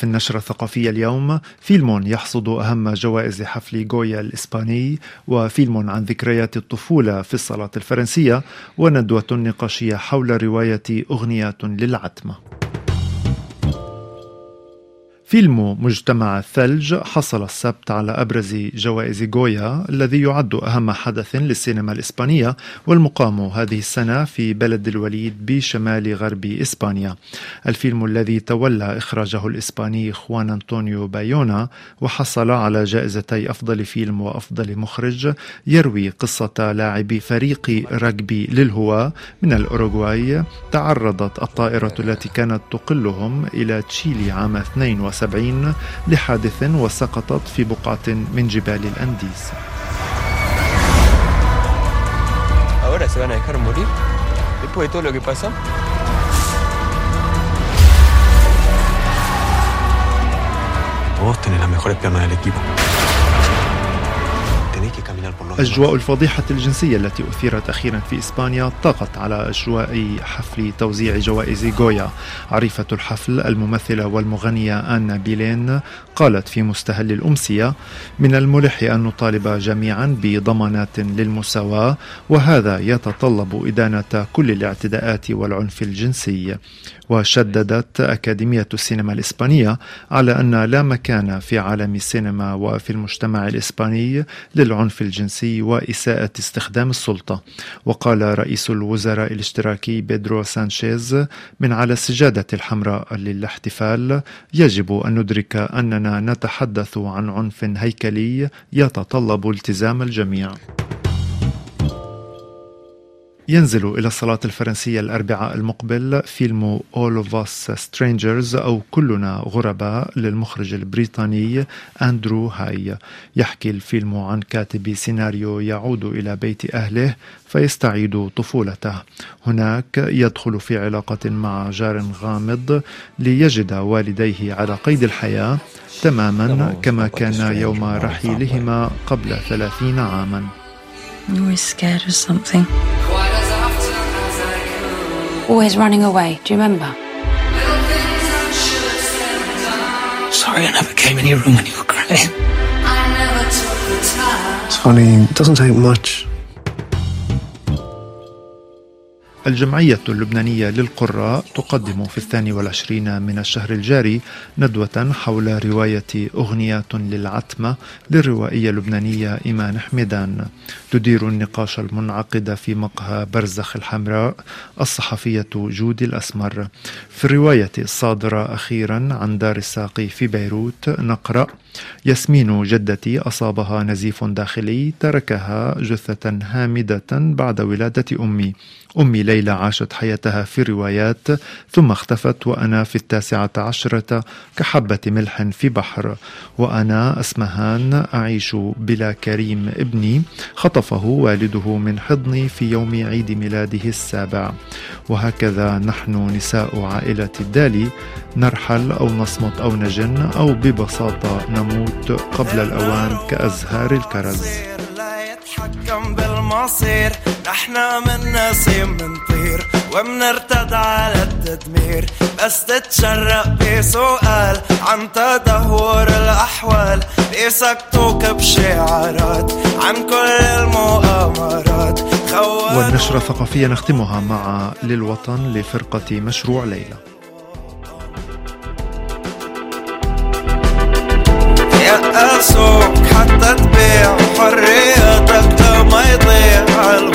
في النشرة الثقافية اليوم فيلم يحصد أهم جوائز حفل غويا الإسباني، وفيلم عن ذكريات الطفولة في الصالة الفرنسية، وندوة نقاشية حول رواية أغنيات للعتمة. فيلم مجتمع الثلج حصل السبت على أبرز جوائز غويا، الذي يعد أهم حدث للسينما الإسبانية، والمقام هذه السنة في بلد الوليد بشمال غرب إسبانيا. الفيلم الذي تولى إخراجه الإسباني خوان أنطونيو بايونا وحصل على جائزتي أفضل فيلم وأفضل مخرج، يروي قصة لاعبي فريق رجبي للهواة من الأوروغواي تعرضت الطائرة التي كانت تقلهم إلى تشيلي عام 72 لحادث وسقطت في بقعة من جبال الأنديز. Ahora se van a dejar morir después de todo lo que pasa. Vos tenés las mejores piernas del equipo. أجواء الفضيحة الجنسية التي أثيرت أخيرا في إسبانيا طغت على أجواء حفل توزيع جوائز غويا. عريفة الحفل الممثلة والمغنية آنا بيلين قالت في مستهل الأمسية: من الملح أن نطالب جميعا بضمانات للمساواة، وهذا يتطلب إدانة كل الاعتداءات والعنف الجنسي. وشددت أكاديمية السينما الإسبانية على أن لا مكان في عالم السينما وفي المجتمع الإسباني للعنف الجنسي وإساءة استخدام السلطة. وقال رئيس الوزراء الاشتراكي بيدرو سانشيز من على السجادة الحمراء للاحتفال: يجب أن ندرك أننا نتحدث عن عنف هيكلي يتطلب التزام الجميع. ينزل إلى الصالات الفرنسية الأربعاء المقبل فيلم All of Us Strangers أو كلنا غرباء للمخرج البريطاني أندرو هاي. يحكي الفيلم عن كاتب سيناريو يعود إلى بيت أهله فيستعيد طفولته. هناك يدخل في علاقة مع جار غامض ليجد والديه على قيد الحياة تماما كما كان يوم رحيلهما قبل 30 عاما. Always running away, do you remember? Sorry, I never came in your room when you were crying. I never took the time. It's funny, it doesn't take much. الجمعية اللبنانية للقراء تقدم في 22 من الشهر الجاري ندوة حول رواية أغنيات للعتمة للروائية اللبنانية إيمان حميدان. تدير النقاش المنعقد في مقهى برزخ الحمراء الصحفية جودي الأسمر. في الرواية الصادرة أخيرا عن دار الساقي في بيروت نقرأ: ياسمين جدتي أصابها نزيف داخلي تركها جثة هامدة بعد ولادة أمي ليلى عاشت حياتها في الروايات ثم اختفت، وأنا في 19 كحبة ملح في بحر. وأنا أسمهان أعيش بلا كريم ابني خطفه والده من حضني في يوم عيد ميلاده 7. وهكذا نحن نساء عائلة الدالي نرحل أو نصمت أو نجن أو ببساطة نموت قبل الأوان كأزهار الكرز. نتحكم بالمصير، نحنا من نسيم منطير ومنرتد على التدمير، بس تتشرق بسؤال عن تدهور الأحوال، بيسكتوك بشعارات عن كل المؤامرات. والنشرة الثقافية نختمها مع للوطن لفرقة مشروع ليلى. يأسوك حتى تبيع حريتك لما يضيع